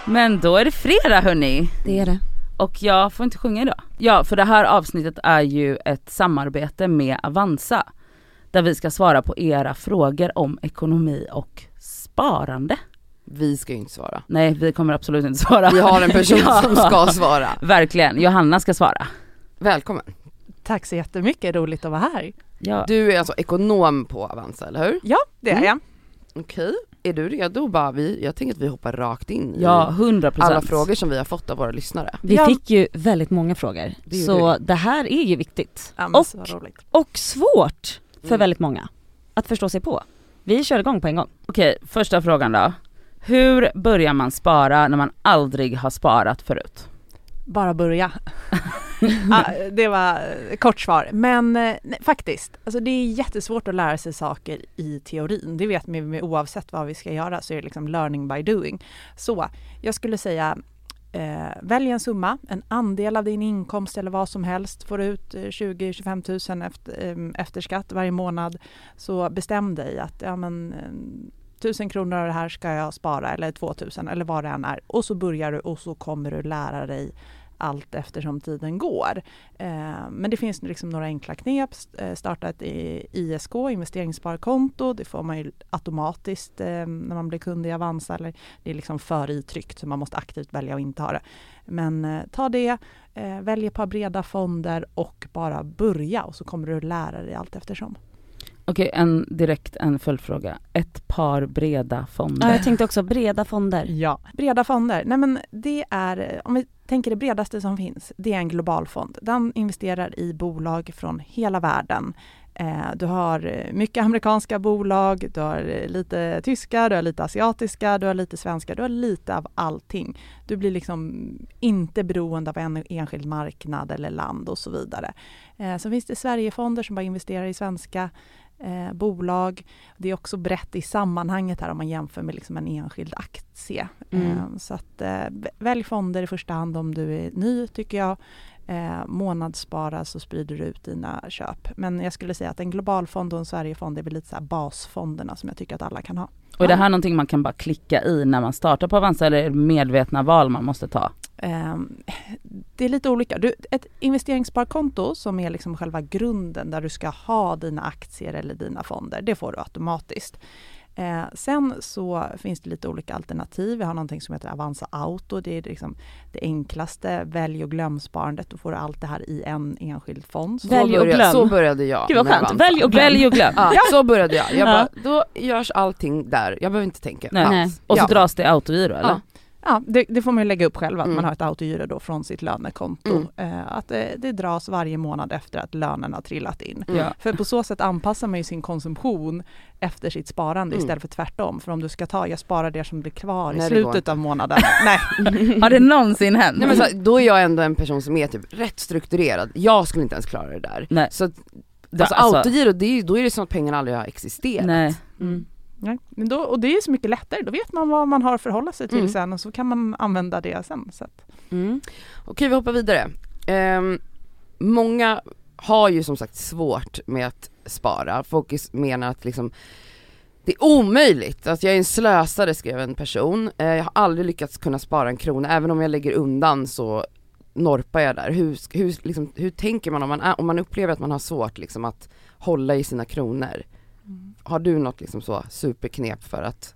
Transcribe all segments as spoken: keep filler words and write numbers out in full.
Men då är det fredag, hörni. Det är det. Och jag får inte sjunga idag. Ja, för det här avsnittet är ju ett samarbete med Avanza. Där vi ska svara på era frågor om ekonomi och sparande. Vi ska ju inte svara. Nej, vi kommer absolut inte svara. Vi har en person ja, som ska svara. Verkligen, Johanna ska svara. Välkommen. Tack så jättemycket, roligt att vara här. Ja. Du är alltså ekonom på Avanza, eller hur? Ja, det är Mm. jag. Okej, är du redo? Bara vi, jag tänker att vi hoppar rakt in i Ja, hundra procent. alla frågor som vi har fått av våra lyssnare. Vi Ja. fick ju väldigt många frågor. Det är ju så det. det här är ju viktigt. Ja, men och, så roligt. och svårt för Mm. väldigt många att förstå sig på. Vi kör igång på en gång. Okej, första frågan då. Hur börjar man spara när man aldrig har sparat förut? Bara börja. ja, det var kort svar. Men nej, faktiskt, alltså det är jättesvårt att lära sig saker i teorin. Det vet man med oavsett vad vi ska göra, så är det liksom learning by doing. Så jag skulle säga, eh, välj en summa, en andel av din inkomst eller vad som helst. Får du ut tjugo till tjugofem tusen efter, eh, efter skatt varje månad, så bestäm dig att ja, men, tusen kronor av det här ska jag spara, eller tvåtusen eller vad det än är. Och så börjar du och så kommer du lära dig allt eftersom tiden går. Eh, men det finns liksom några enkla knep. Starta ett I S K, investeringssparkonto. Det får man ju automatiskt eh, när man blir kund i Avanza. Eller det är liksom föritryckt så man måste aktivt välja att inte ha det. Men eh, ta det, eh, välj ett par breda fonder och bara börja. Och så kommer du lära dig allt eftersom. Okej, en direkt en följdfråga. Ett par breda fonder. Ja, jag tänkte också breda fonder. Ja, breda fonder. Nej, men det är, om vi tänker det bredaste som finns, det är en global fond. Den investerar i bolag från hela världen. Eh, du har mycket amerikanska bolag, du har lite tyska, du har lite asiatiska, du har lite svenska, du har lite av allting. Du blir liksom inte beroende av en enskild marknad eller land och så vidare. Eh, så finns det Sverigefonder som bara investerar i svenska Eh, bolag. Det är också brett i sammanhanget här om man jämför med liksom en enskild aktie. Mm. Eh, så att eh, välj fonder i första hand om du är ny, tycker jag. Eh, månadsspara så sprider du ut dina köp. Men jag skulle säga att en global fond och en Sverigefond är väl lite så här basfonderna som jag tycker att alla kan ha. Och är det här någonting man kan bara klicka i när man startar på Avanza, eller är det medvetna val man måste ta? Um, det är lite olika. Du, ett investeringssparkonto som är liksom själva grunden där du ska ha dina aktier eller dina fonder, det får du automatiskt. Eh, sen så finns det lite olika alternativ. Vi har någonting som heter Avanza Auto. Det är liksom det enklaste välj- och glömsparandet. Då får du allt det här i en enskild fond. Så, Välj och började, glöm. så började jag. Gud vad med skönt. Avanza. Välj och glöm. Välj och glöm. Ja, så började jag. Jag Ja. bara, då görs allting där. Jag behöver inte tänka Nej. alls. Nej. Och så Ja. dras det i autogiro, eller? Ja. Ja, det, det får man ju lägga upp själv, att Mm. man har ett autogiro då från sitt lönekonto. Mm. Eh, att det, det dras varje månad efter att lönen har trillat in. Mm. Ja. För på så sätt anpassar man ju sin konsumtion efter sitt sparande Mm. istället för tvärtom. För om du ska ta, jag sparar det som blir kvar i Nej, det går slutet inte. av månaden. Nej. Har det någonsin hänt? Nej, men så, då är jag ändå en person som är typ rätt strukturerad. Jag skulle inte ens klara det där. Nej. Så att, Da- alltså, alltså- autogiro, det är, då är det som att pengarna aldrig har existerat. Nej. Mm. Nej. Men då, och det är ju så mycket lättare. Då vet man vad man har att förhålla sig till Mm. sen och så kan man använda det sen. Så att. Mm. Okej, vi hoppar vidare. Ehm, många har ju som sagt svårt med att spara. Folk menar att liksom, det är omöjligt. Att jag är en slösare, skrev en person. Eh, jag har aldrig lyckats kunna spara en krona. Även om jag lägger undan så norpar jag där. Hur, hur, liksom, hur tänker man om, man är, om man upplever att man har svårt liksom, att hålla i sina kronor? Mm. Har du något liksom så superknep för att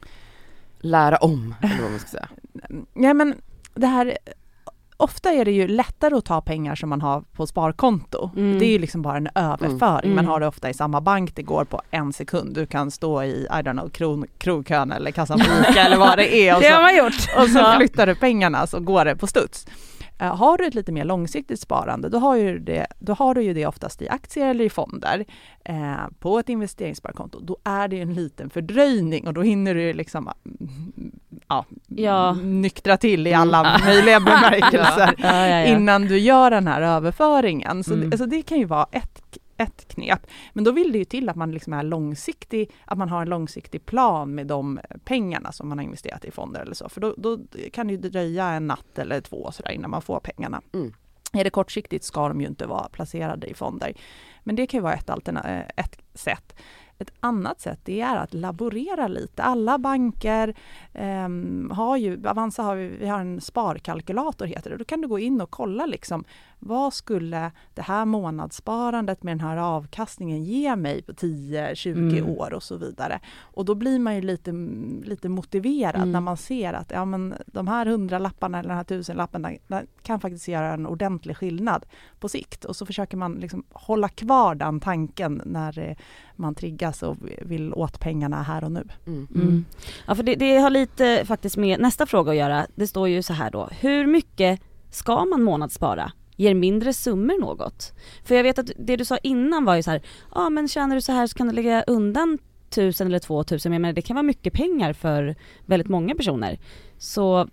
lära om, eller vad man ska säga? Ja, men det här, ofta är det ju lättare att ta pengar som man har på sparkonto. Mm. Det är ju liksom bara en överföring. Mm. Man har det ofta i samma bank, det går på en sekund. Du kan stå i, I don't know, kron, krogkön eller kassan på Ica eller vad det är. Och Det har så, man gjort. och så Ja. flyttar du pengarna så går det på studs. Uh, har du ett lite mer långsiktigt sparande, då har, ju det, då har du ju det oftast i aktier eller i fonder. Uh, på ett investeringssparkonto, då är det en liten fördröjning och då hinner du liksom mm, ja, Ja. nyktra till i alla möjliga bemärkelser Ja, ja, ja. innan du gör den här överföringen. Så Mm. det, alltså det kan ju vara ett, ett knep. Men då vill det ju till att man liksom är långsiktig, att man har en långsiktig plan med de pengarna som man har investerat i fonder eller så. För då, då kan det ju dröja en natt eller två så där innan man får pengarna. Mm. Är det kortsiktigt ska de ju inte vara placerade i fonder. Men det kan ju vara ett, alterna- ett sätt. Ett annat sätt det är att laborera lite. Alla banker eh, har ju, Avanza har vi, vi har en sparkalkylator heter det. Då kan du gå in och kolla liksom, vad skulle det här månadssparandet med den här avkastningen ge mig på tio tjugo mm. år och så vidare. Och då blir man ju lite, lite motiverad mm. när man ser att ja, men de här hundralapparna eller den här tusenlapparna kan faktiskt göra en ordentlig skillnad på sikt. Och så försöker man liksom hålla kvar den tanken när man triggas och vill åt pengarna här och nu. Mm. Mm. Ja, för det, det har lite faktiskt med nästa fråga att göra. Det står ju så här då. Hur mycket ska man månadsspara? Ger mindre summor något? För jag vet att det du sa innan var ju så här, ja ah, men tjänar du så här så kan du lägga undan tusen eller två tusen, men det kan vara mycket pengar för väldigt många personer. Så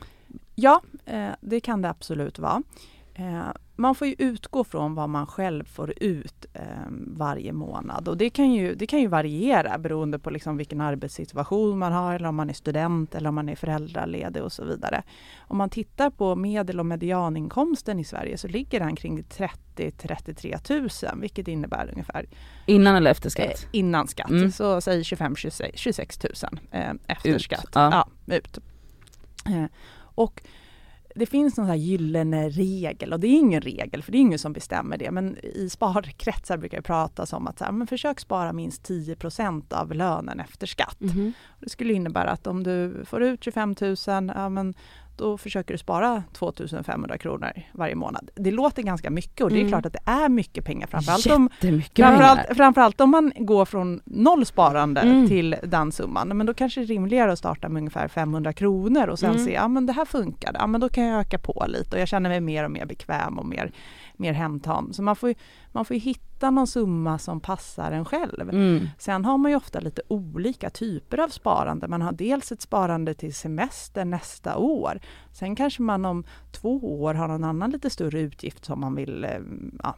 ja, eh, det kan det absolut vara. Eh, man får ju utgå från vad man själv får ut eh, varje månad. Och det kan ju, det kan ju variera beroende på liksom vilken arbetssituation man har, eller om man är student eller om man är föräldraledig och så vidare. Om man tittar på medel- och medianinkomsten i Sverige så ligger den kring trettio till trettiotre tusen, vilket innebär ungefär innan eller efter skatt? Eh, innan skatt, mm. så säg tjugofem till tjugosex tusen eh, efter ut. skatt. Ja. Ja, ut. Eh, och det finns någon så här gyllene regel, och det är ingen regel för det är ingen som bestämmer det, men i sparkretsar brukar jag prata om att så här, men försök spara minst tio procent av lönen efter skatt. Mm-hmm. Det skulle innebära att om du får ut tjugofem tusen, ja, men då försöker du spara två tusen femhundra kronor varje månad. Det låter ganska mycket och det är mm. klart att det är mycket pengar. Framförallt om, framförallt, framförallt om man går från noll sparande mm. till den summan. Men då kanske det är rimligare att starta med ungefär femhundra kronor och sen mm. se, ja men det här funkar. Ja men då kan jag öka på lite och jag känner mig mer och mer bekväm och mer, mer hemtam. Så man får, man får hitta någon summa som passar en själv. Mm. Sen har man ju ofta lite olika typer av sparande. Man har dels ett sparande till semester nästa år. Sen kanske man om två år har någon annan lite större utgift som man vill ja,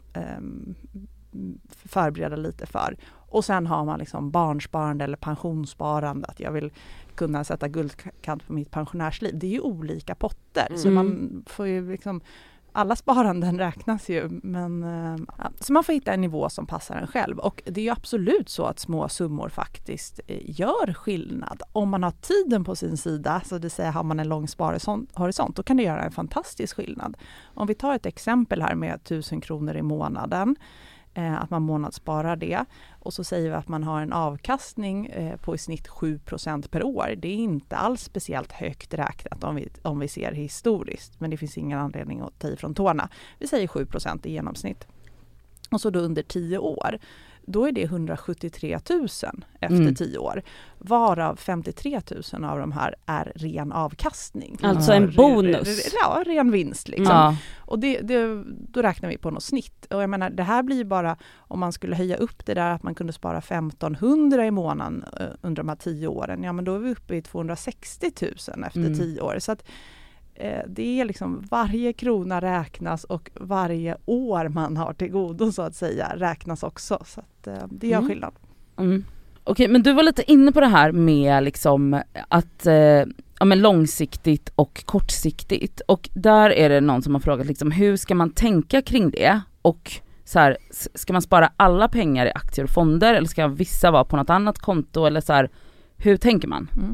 förbereda lite för. Och sen har man liksom barnsparande eller pensionssparande. Att jag vill kunna sätta guldkant på mitt pensionärsliv. Det är ju olika potter. Mm. Så man får ju liksom... Alla sparanden räknas ju, men ja, så man får hitta en nivå som passar en själv. Och det är ju absolut så att små summor faktiskt gör skillnad. Om man har tiden på sin sida, så det vill säga har man en lång sparhorisont, då kan det göra en fantastisk skillnad. Om vi tar ett exempel här med tusen kronor i månaden, eh, att man månadssparar det. Och så säger vi att man har en avkastning eh, på i snitt sju procent per år. Det är inte alls speciellt högt räknat om vi, om vi ser historiskt. Men det finns ingen anledning att ta ifrån tårna. Vi säger sju procent i genomsnitt. Och så då under tio år. Då är det hundrasjuttiotre tusen efter mm. tio år. Varav femtiotre tusen av de här är ren avkastning. Alltså en bonus. Ja, ren vinst liksom. Ja. Och det, det, då räknar vi på något snitt. Och jag menar, det här blir bara om man skulle höja upp det där att man kunde spara femtonhundra i månaden under de här tio åren. Ja, men då är vi uppe i tvåhundrasextio tusen efter mm. tio år. Så att det är liksom varje krona räknas och varje år man har till godo så att säga räknas också. Så att det gör mm. skillnad. Mm. Okej, men du var lite inne på det här med liksom att eh, ja, men långsiktigt och kortsiktigt. Och där är det någon som har frågat liksom, hur ska man tänka kring det? Och så här, ska man spara alla pengar i aktier och fonder eller ska vissa vara på något annat konto? Eller så här, hur tänker man? Mm.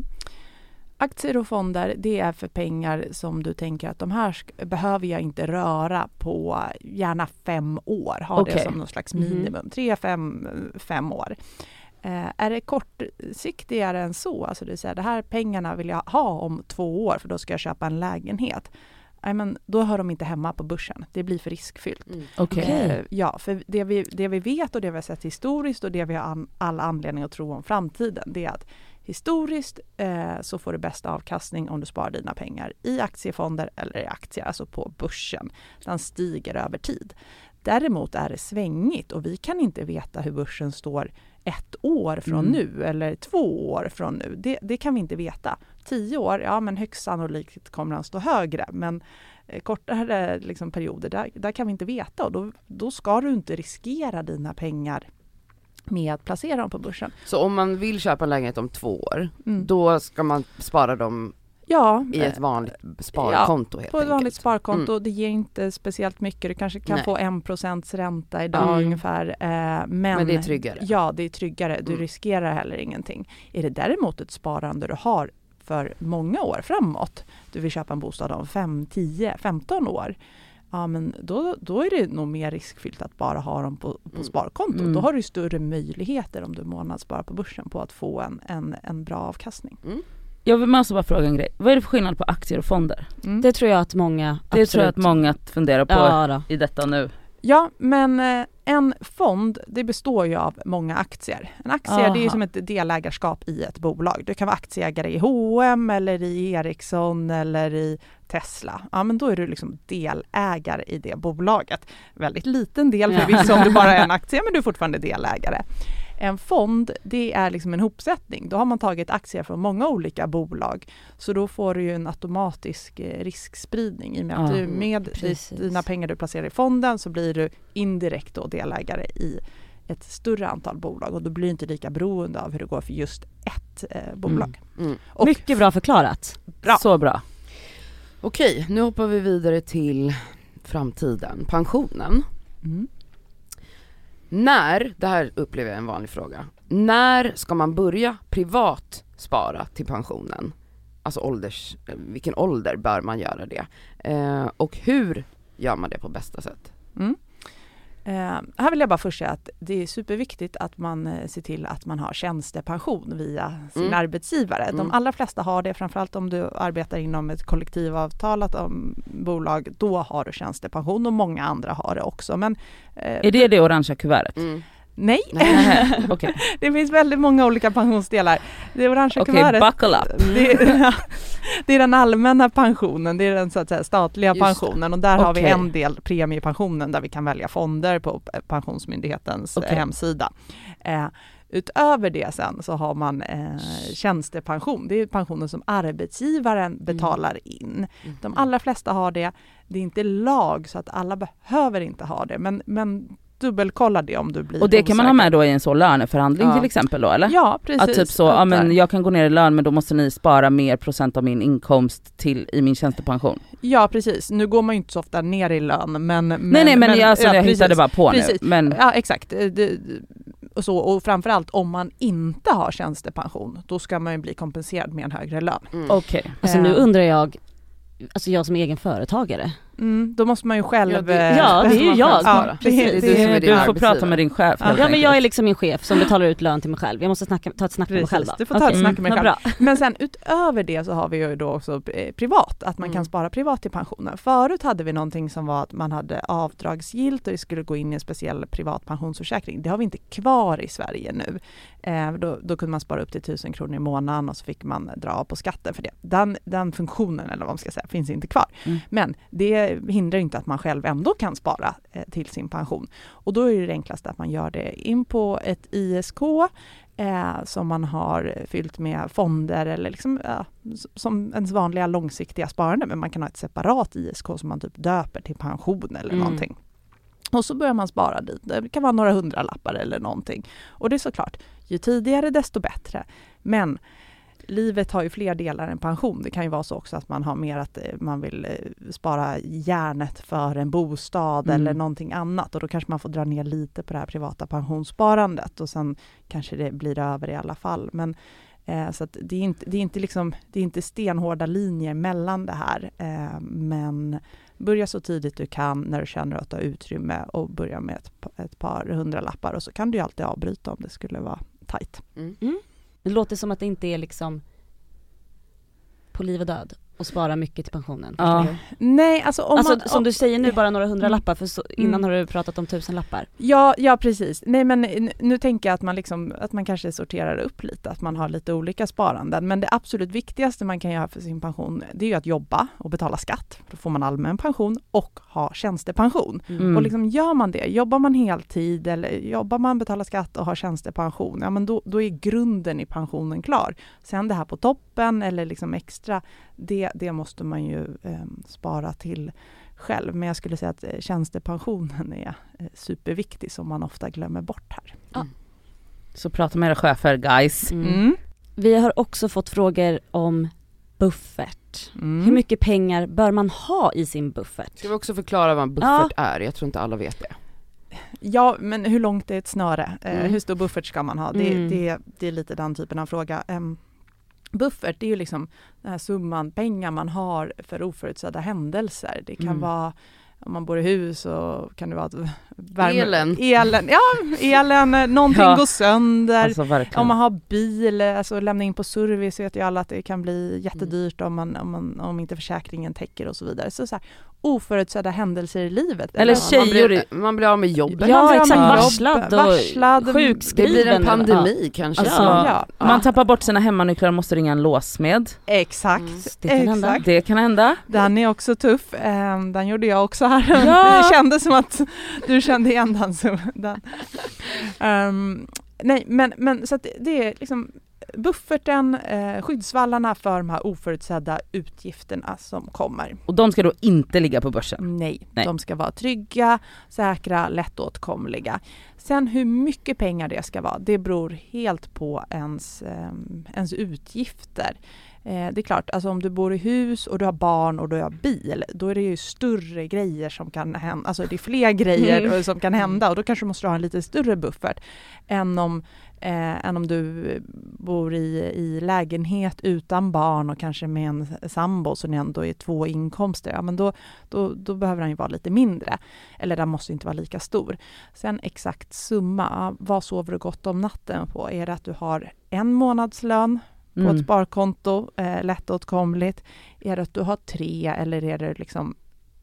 Aktier och fonder, det är för pengar som du tänker att de här sk- behöver jag inte röra på gärna fem år. Ha okay. det som någon slags minimum. Mm. Tre, fem, fem år. Eh, är det kortsiktigare än så, alltså det vill säga det här pengarna vill jag ha om två år för då ska jag köpa en lägenhet. I men, då hör de inte hemma på börsen. Det blir för riskfyllt. Mm. Okay. Eh, ja, för det vi, det vi vet och det vi har sett historiskt och det vi har an, all anledning att tro om framtiden, det är att historiskt eh, så får du bästa avkastning om du sparar dina pengar i aktiefonder eller i aktier, alltså på börsen. Den stiger över tid. Däremot är det svängigt och vi kan inte veta hur börsen står ett år från mm. nu eller två år från nu. Det, det kan vi inte veta. Tio år, ja men högst sannolikt kommer den stå högre. Men eh, kortare liksom, perioder, där, där kan vi inte veta. Och då, då ska du inte riskera dina pengar med att placera dem på börsen. Så om man vill köpa en lägenhet om två år, mm. då ska man spara dem Ja, i ett vanligt sparkonto, ja, helt på ett enkelt. vanligt sparkonto. Mm. Det ger inte speciellt mycket. Du kanske kan Nej. få en procents ränta idag Mm. ungefär. Eh, men, Men det är tryggare. Ja, det är tryggare. Du Mm. riskerar heller ingenting. Är det däremot ett sparande du har för många år framåt, du vill köpa en bostad om fem, tio, femton år, ja, men då, då är det nog mer riskfyllt att bara ha dem på, på Mm. sparkonto. Mm. Då har du större möjligheter om du månadssparar på börsen på att få en, en, en bra avkastning. Mm. Jag måste bara fråga en grej. Vad är det för skillnad på aktier och fonder? Mm. Det tror jag att många Det absolut. tror jag att många funderar på Ja då. i detta nu. Ja, men eh, en fond, det består ju av många aktier. En aktie det är ju Aha. som ett delägarskap i ett bolag. Du kan vara aktieägare i H och M eller i Ericsson eller i Tesla. Ja, men då är du liksom delägare i det bolaget. Väldigt liten del Ja. förvisso om du bara är en aktie, men du är fortfarande delägare. En fond, det är liksom en hopsättning. Då har man tagit aktier från många olika bolag. Så då får du ju en automatisk eh, riskspridning i och med att Ja, du med precis. dina pengar du placerar i fonden så blir du indirekt då delägare i ett större antal bolag och då blir du inte lika beroende av hur det går för just ett eh, bolag. Mm. Och Mycket bra förklarat. bra. Så bra. Okej, nu hoppar vi vidare till framtiden. Pensionen. Mm. När, det här upplever jag en vanlig fråga. När ska man börja privat spara till pensionen? Alltså ålders, vilken ålder bör man göra det? Eh, och hur gör man det på bästa sätt? Mm. Eh, här vill jag bara först säga att det är superviktigt att man eh, ser till att man har tjänstepension via sin Mm. arbetsgivare. Mm. De allra flesta har det, framförallt om du arbetar inom ett kollektivavtalat om bolag, då har du tjänstepension och många andra har det också. Men, eh, Är det det orangea kuvertet? Mm. nej, Nej, okej. det finns väldigt många olika pensionsdelar. Det orangea Okej, kuvertet, buckle up. det, är, det är den allmänna pensionen, det är den så att säga, statliga Just det. pensionen och där har vi Okej. en del premiepensionen där vi kan välja fonder på Pensionsmyndighetens Okej. eh, hemsida. Eh, utöver det sen så har man eh, tjänstepension, det är pensionen som arbetsgivaren betalar in. Mm. De allra flesta har det, det är inte lag så att alla behöver inte ha det, men, men dubbelkolla det om du blir Och det kan man ha osäker. med då i en så löneförhandling Ja. till exempel då, eller? Ja, precis. Att typ så, Att ja men där- jag kan gå ner i lön men då måste ni spara mer procent av min inkomst till i min tjänstepension. Ja, precis. Nu går man ju inte så ofta ner i lön, men... men nej nej men, jag, alltså, ja, jag precis. hittade bara på Precis. nu. Men, Ja, exakt. Det, det- och, så, och framförallt om man inte har tjänstepension, då ska man ju bli kompenserad med en högre lön. Mm. okej. Alltså Eh. nu undrar jag, alltså jag som egen företagare. Mm, då måste man ju själv... Ja, det- eh, Ja, det är ju man jag. själv Ja, spara. det, Det är det, du som är din Du får arbetsgivare. prata med din chef helt Ja men enkelt. jag är liksom min chef som betalar ut lön till mig själv. Jag måste snacka, ta ett snack med mig Precis, själv då. du får ta ett Okej. snack med dig Vad själv. bra. Men sen utöver det så har vi ju då också eh, privat, att man Mm. kan spara privat till pensionen. Förut hade vi någonting som var att man hade avdragsgillt och det skulle gå in i en speciell privat pensionsförsäkring. Det har vi inte kvar i Sverige nu. Eh, då, då kunde man spara upp till tusen kronor i månaden och så fick man dra av på skatten för det. Den, den funktionen, eller vad man ska säga, finns inte kvar. Mm. Men det hindrar inte att man själv ändå kan spara eh, till sin pension. Och då är det enklaste att man gör det in på ett I S K eh, som man har fyllt med fonder eller liksom, ja, s- som ens vanliga långsiktiga sparande. Men man kan ha ett separat I S K som man typ döper till pension eller Mm. någonting. Och så börjar man spara dit. Det kan vara några hundralappar eller någonting. Och det är såklart, ju tidigare desto bättre. Men livet har ju fler delar än pension. Det kan ju vara så också att man har mer att eh, man vill eh, spara järnet för en bostad Mm. eller någonting annat. Och då kanske man får dra ner lite på det här privata pensionssparandet. Och sen kanske det blir över i alla fall. Men eh, så att det är inte, det är inte liksom, det är inte stenhårda linjer mellan det här. Eh, men börja så tidigt du kan när du känner att du har utrymme och börja med ett, pa- ett par hundralappar. Och så kan du ju alltid avbryta om det skulle vara tajt. Mm. Det låter som att det inte är liksom på liv och död och spara mycket till pensionen. Ja. förstår du? Nej, alltså om Alltså man... som du säger nu, bara några hundra lappar för så, innan Mm. har du pratat om tusen lappar. Ja, ja precis. Nej men n- nu tänker jag att man, liksom, att man kanske sorterar upp lite, att man har lite olika sparanden. Men det absolut viktigaste man kan göra för sin pension, det är ju att jobba och betala skatt. Då får man allmän pension och ha tjänstepension. Mm. Och liksom gör man det, jobbar man heltid eller jobbar man, betalar skatt och har tjänstepension, ja men då, då är grunden i pensionen klar. Sen det här på toppen eller liksom extra, det, det måste man ju eh, spara till själv. Men jag skulle säga att eh, tjänstepensionen är eh, superviktig som man ofta glömmer bort här. Så prata med era chefer guys. Mm. Vi har också fått frågor om buffert. Mm. Hur mycket pengar bör man ha i sin buffert? Ska vi också förklara vad en buffert ja. är? Jag tror inte alla vet det. Ja, men hur långt är ett snöre? Mm. Eh, hur stor buffert ska man ha? Det, Mm. det, det är lite den typen av fråga. Um, buffert, det är ju liksom den här summan pengar man har för oförutsedda händelser. Det kan Mm. vara, om man bor i hus så kan det vara att värme, Elen. elen. Ja, elen, någonting Ja. går sönder. Alltså verkligen. Om man har bil, alltså lämna in på service, vet ju alla att det kan bli jättedyrt om, man, om, man, om inte försäkringen täcker och så vidare. Så, så här, oförutsedda händelser i livet. Eller Man tjejor blir, i- man blir av med jobbet. Ja, Man blir av exakt. med jobb, Varslad och varslad, sjukskriven. Det blir en pandemi kanske. Alltså, Ja. man tappar bort sina hemmanycklar och måste ringa en låsmed. Exakt. Mm. Det kan hända. Exakt. Det kan hända. Den är också tuff. Um, den gjorde jag också här. Ja. Det kändes som att du kände igen den. Så, den. Um, nej, men, men så att det, det är liksom bufferten, eh, skyddsvallarna för de här oförutsedda utgifterna som kommer. Och de ska då inte ligga på börsen. Nej, Nej. de ska vara trygga, säkra, lättåtkomliga. Sen hur mycket pengar det ska vara, det beror helt på ens, eh, ens utgifter. Eh, det är klart, alltså om du bor i hus och du har barn och du har bil, då är det ju större grejer som kan hända. Alltså det är fler grejer Mm. som kan hända och då kanske du måste ha en lite större buffert än om, eh, än om du bor i, i lägenhet utan barn och kanske med en sambo så ni ändå är två inkomster. Ja, men då, då, då behöver den ju vara lite mindre. Eller den måste inte vara lika stor. Sen exakt summa, ja, vad sover du gott om natten på? Är det att du har en månadslön på Mm. ett sparkonto, eh, lättåtkomligt? Är det att du har tre eller är det liksom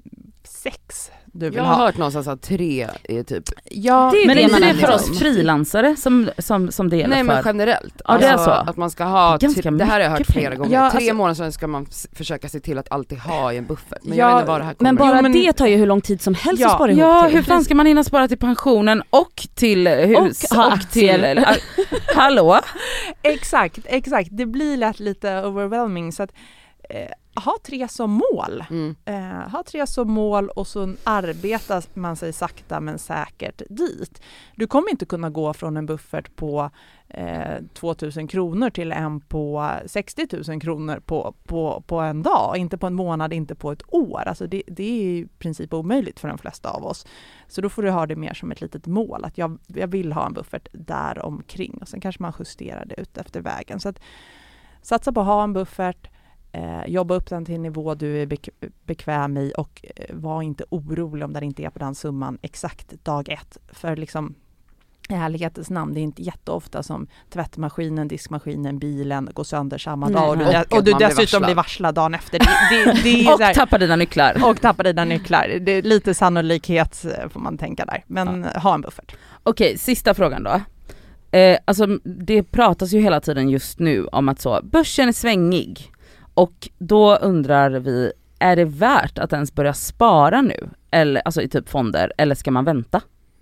sex du vill Jag har ha? hört någonstans att tre är typ... Ja, Det är Men det är inte man det för har oss liksom. frilansare som, som, som det gäller Nej för? men generellt. Ja, det är Alltså, så. Att man ska ha, Det är ganska tre, det här har jag hört mycket flera pengar. gånger. Ja, Tre alltså- månader sedan ska man s- försöka se till att alltid ha i en buffert. Men Ja, jag vet inte vad det här kommer. Men bara Jo, men- det tar ju hur lång tid som helst Ja. att spara ihop Ja, till. hur fan ska man hinna spara till pensionen och till hus Och ha och, aktier. till... Eller, hallå? exakt, exakt. Det blir lätt lite overwhelming så att eh, ha tre som mål. Mm. Eh, ha tre som mål och så arbetar man sig sakta men säkert dit. Du kommer inte kunna gå från en buffert på eh, tvåtusen kronor till en på sextio tusen kronor på, på, på en dag. Inte på en månad, inte på ett år. Alltså det, det är i princip omöjligt för de flesta av oss. Så då får du ha det mer som ett litet mål. Att jag, jag vill ha en buffert där omkring. Och sen kanske man justerar det ut efter vägen. Så att satsa på att ha en buffert. Eh, jobba upp den till en nivå du är bek- bekväm i och eh, var inte orolig om det inte är på den summan exakt dag ett. För liksom i ärlighetens namn, det är inte jätteofta som tvättmaskinen, diskmaskinen, bilen går sönder samma Nej. dag och du, Och och att du man blir dessutom varslad. blir varslad dagen efter. Det, det, det är Och så här, tappa dina nycklar. och tappar dina nycklar. Det är lite sannolikhet får man tänka där. Men ha en buffert. Okej, sista frågan då. Eh, alltså det pratas ju hela tiden just nu om att så, börsen är svängig. Och då undrar vi, är det värt att ens börja spara nu? Eller, alltså i typ fonder, eller ska man vänta?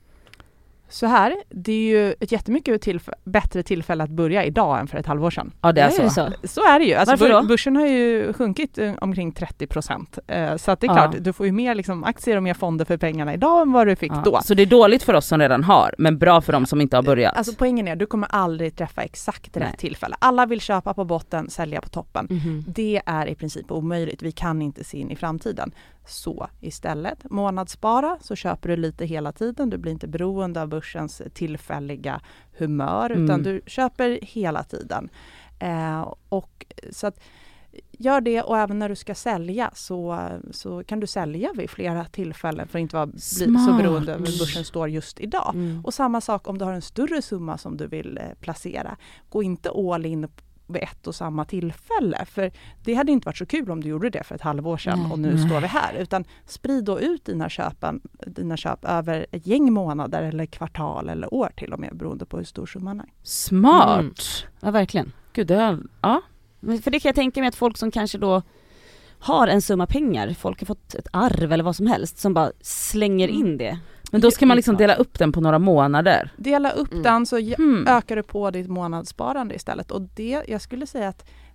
Så här, det är ju ett jättemycket tillf- bättre tillfälle att börja idag än för ett halvår sedan. Ja, det är, Är det så. så? Så är det ju. Alltså Varför bör- då? börsen har ju sjunkit eh, omkring trettio procent. Eh, så att det är Ja. klart, du får ju mer liksom, aktier och mer fonder för pengarna idag än vad du fick Ja. då. Så det är dåligt för oss som redan har, men bra för de som inte har börjat. Alltså poängen är, du kommer aldrig träffa exakt rätt Nej. tillfälle. Alla vill köpa på botten, sälja på toppen. Mhm. Det är i princip omöjligt. Vi kan inte se in i framtiden. Så istället, månadsspara, så köper du lite hela tiden. Du blir inte beroende av börsens tillfälliga humör, utan Mm. du köper hela tiden. Eh, och så att gör det, och även när du ska sälja så, så kan du sälja vid flera tillfällen för att inte vara, bli så Smart. beroende av hur börsen står just idag. Mm. Och samma sak om du har en större summa som du vill eh, placera. Gå inte all in vid ett och samma tillfälle. För det hade inte varit så kul om du gjorde det för ett halvår sedan Nej. och nu Nej. står vi här. Utan sprid då ut dina, köpen, dina köp över ett gäng månader eller kvartal eller år till och med, beroende på hur stor summan är. Smart. Mm. Ja, verkligen. Gud, det är, ja. Men för det kan jag tänka mig att folk som kanske då har en summa pengar, folk har fått ett arv eller vad som helst, som bara slänger Mm. in det. Men då ska man liksom dela upp den på några månader. Dela upp Mm. den så ge- Hmm. ökar du på ditt månadssparande istället. Och det, jag skulle säga att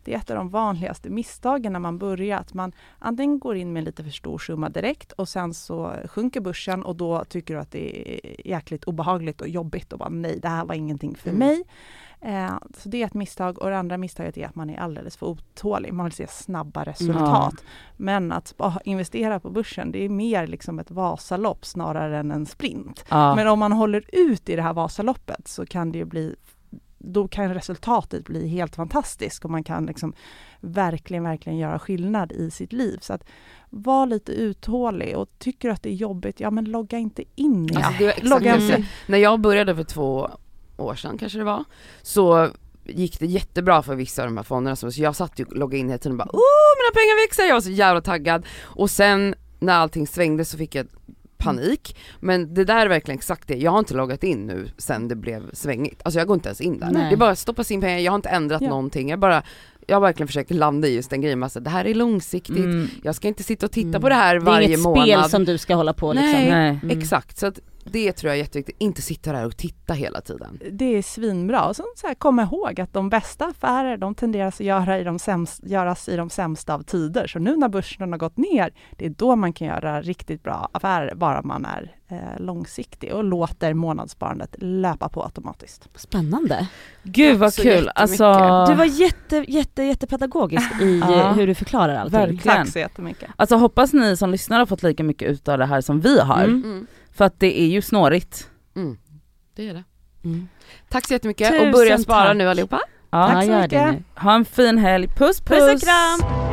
det är ett av de vanligaste misstagen när man börjar, att man antingen går in med en lite för stor summa direkt och sen så sjunker börsen och då tycker du att det är jäkligt obehagligt och jobbigt och bara nej, det här var ingenting för mm. mig. Eh, så det är ett misstag, och det andra misstaget är att man är alldeles för otålig. Man vill se snabba resultat. Mm. Men att bara investera på börsen, det är mer liksom ett Vasalopp snarare än en sprint. Mm. Men om man håller ut i det här Vasaloppet så kan det ju bli, då kan resultatet bli helt fantastiskt och man kan liksom verkligen, verkligen göra skillnad i sitt liv. Så att var lite uthållig, och tycker att det är jobbigt, ja men logga inte in i alltså, det var exakt logga in. När jag började för två år sedan kanske det var, så gick det jättebra för vissa av de här fonderna, så jag satt ju och loggade in hela tiden och bara åh, mina pengar växer, jag var så jävla taggad, och sen när allting svängde så fick jag panik. Men det där är verkligen exakt det. Jag har inte loggat in nu sen det blev svängigt. Alltså jag går inte ens in där. Nej. Det är bara att stoppa sin pengar. Jag har inte ändrat ja. någonting. Jag bara jag har verkligen försökt landa i just den grejen. Alltså, det här är långsiktigt. Mm. Jag ska inte sitta och titta mm. på det här varje månad. Det är inget spel som du ska hålla på liksom. Nej, Nej. Mm. exakt. Så att det tror jag är jätteviktigt. Inte sitta där och titta hela tiden. Det är svinbra. Och så, så här, kom ihåg att de bästa affärer, de tenderar att göra i de sämst, göras i de sämsta av tider. Så nu när börsen har gått ner, det är då man kan göra riktigt bra affärer, bara man är eh, långsiktig och låter månadssparandet löpa på automatiskt. Spännande. Gud vad kul. Alltså... Du var jätte, jätte, jättepedagogisk i ja. hur du förklarar allting. Verkligen. Tack så jättemycket. Alltså hoppas ni som lyssnar har fått lika mycket ut av det här som vi har. Mm. Mm. För att det är ju snårigt. Mm. Det är det. Mm. Tack så jättemycket. Tusen och börja spara tack. nu allihopa. Ja, tack så mycket. Ha en fin helg. Puss puss. Puss och kram.